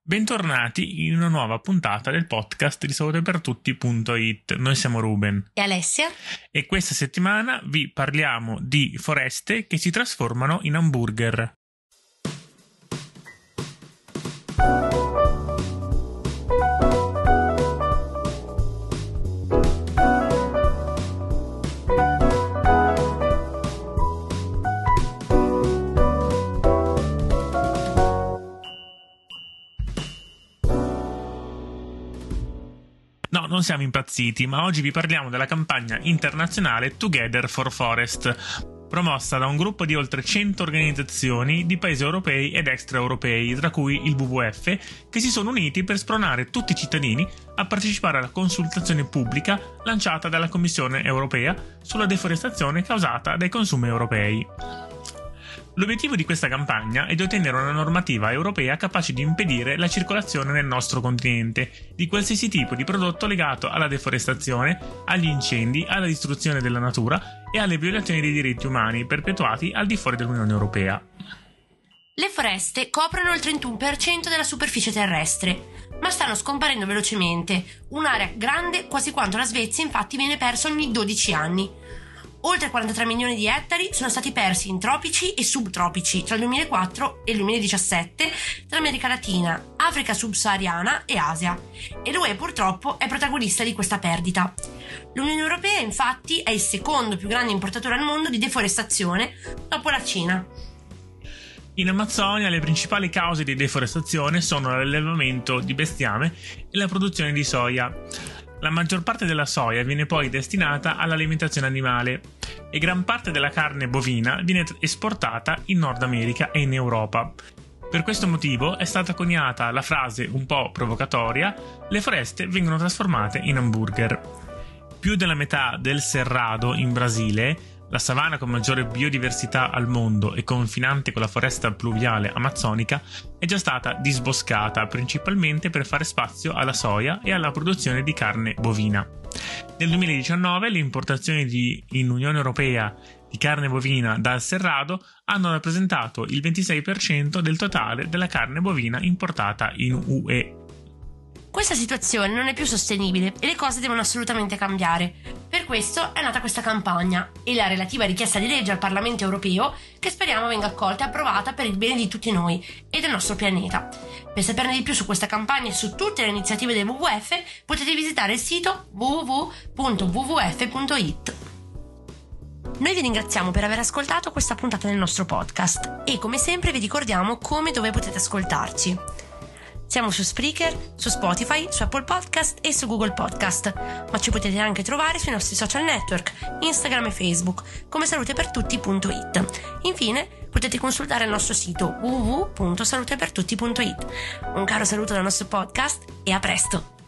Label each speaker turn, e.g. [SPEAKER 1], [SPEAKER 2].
[SPEAKER 1] Bentornati in una nuova puntata del podcast di salutepertutti.it. Noi siamo Ruben
[SPEAKER 2] e Alessia
[SPEAKER 1] e questa settimana vi parliamo di foreste che si trasformano in hamburger. No, non siamo impazziti, ma oggi vi parliamo della campagna internazionale Together for Forest, promossa da un gruppo di oltre 100 organizzazioni di paesi europei ed extraeuropei, tra cui il WWF, che si sono uniti per spronare tutti i cittadini a partecipare alla consultazione pubblica lanciata dalla Commissione europea sulla deforestazione causata dai consumi europei. L'obiettivo di questa campagna è di ottenere una normativa europea capace di impedire la circolazione nel nostro continente di qualsiasi tipo di prodotto legato alla deforestazione, agli incendi, alla distruzione della natura e alle violazioni dei diritti umani perpetuati al di fuori dell'Unione Europea.
[SPEAKER 2] Le foreste coprono il 31% della superficie terrestre, ma stanno scomparendo velocemente. Un'area grande, quasi quanto la Svezia, infatti viene persa ogni 12 anni. Oltre 43 milioni di ettari sono stati persi in tropici e subtropici tra il 2004 e il 2017 tra America Latina, Africa subsahariana e Asia, e l'UE purtroppo è protagonista di questa perdita. L'Unione Europea infatti è il secondo più grande importatore al mondo di deforestazione dopo la Cina.
[SPEAKER 1] In Amazzonia le principali cause di deforestazione sono l'allevamento di bestiame e la produzione di soia. La maggior parte della soia viene poi destinata all'alimentazione animale e gran parte della carne bovina viene esportata in Nord America e in Europa. Per questo motivo è stata coniata la frase un po' provocatoria: le foreste vengono trasformate in hamburger. Più della metà del Cerrado in Brasile, la savana con maggiore biodiversità al mondo e confinante con la foresta pluviale amazzonica, è già stata disboscata principalmente per fare spazio alla soia e alla produzione di carne bovina. Nel 2019 le importazioni in Unione Europea di carne bovina dal Cerrado hanno rappresentato il 26% del totale della carne bovina importata in UE.
[SPEAKER 2] Questa situazione non è più sostenibile e le cose devono assolutamente cambiare. Per questo è nata questa campagna e la relativa richiesta di legge al Parlamento europeo, che speriamo venga accolta e approvata per il bene di tutti noi e del nostro pianeta. Per saperne di più su questa campagna e su tutte le iniziative del WWF potete visitare il sito www.wwf.it. Noi vi ringraziamo per aver ascoltato questa puntata del nostro podcast e come sempre vi ricordiamo come e dove potete ascoltarci. Siamo su Spreaker, su Spotify, su Apple Podcast e su Google Podcast, ma ci potete anche trovare sui nostri social network, Instagram e Facebook, come salutepertutti.it. Infine, potete consultare il nostro sito www.salutepertutti.it. Un caro saluto dal nostro podcast e a presto!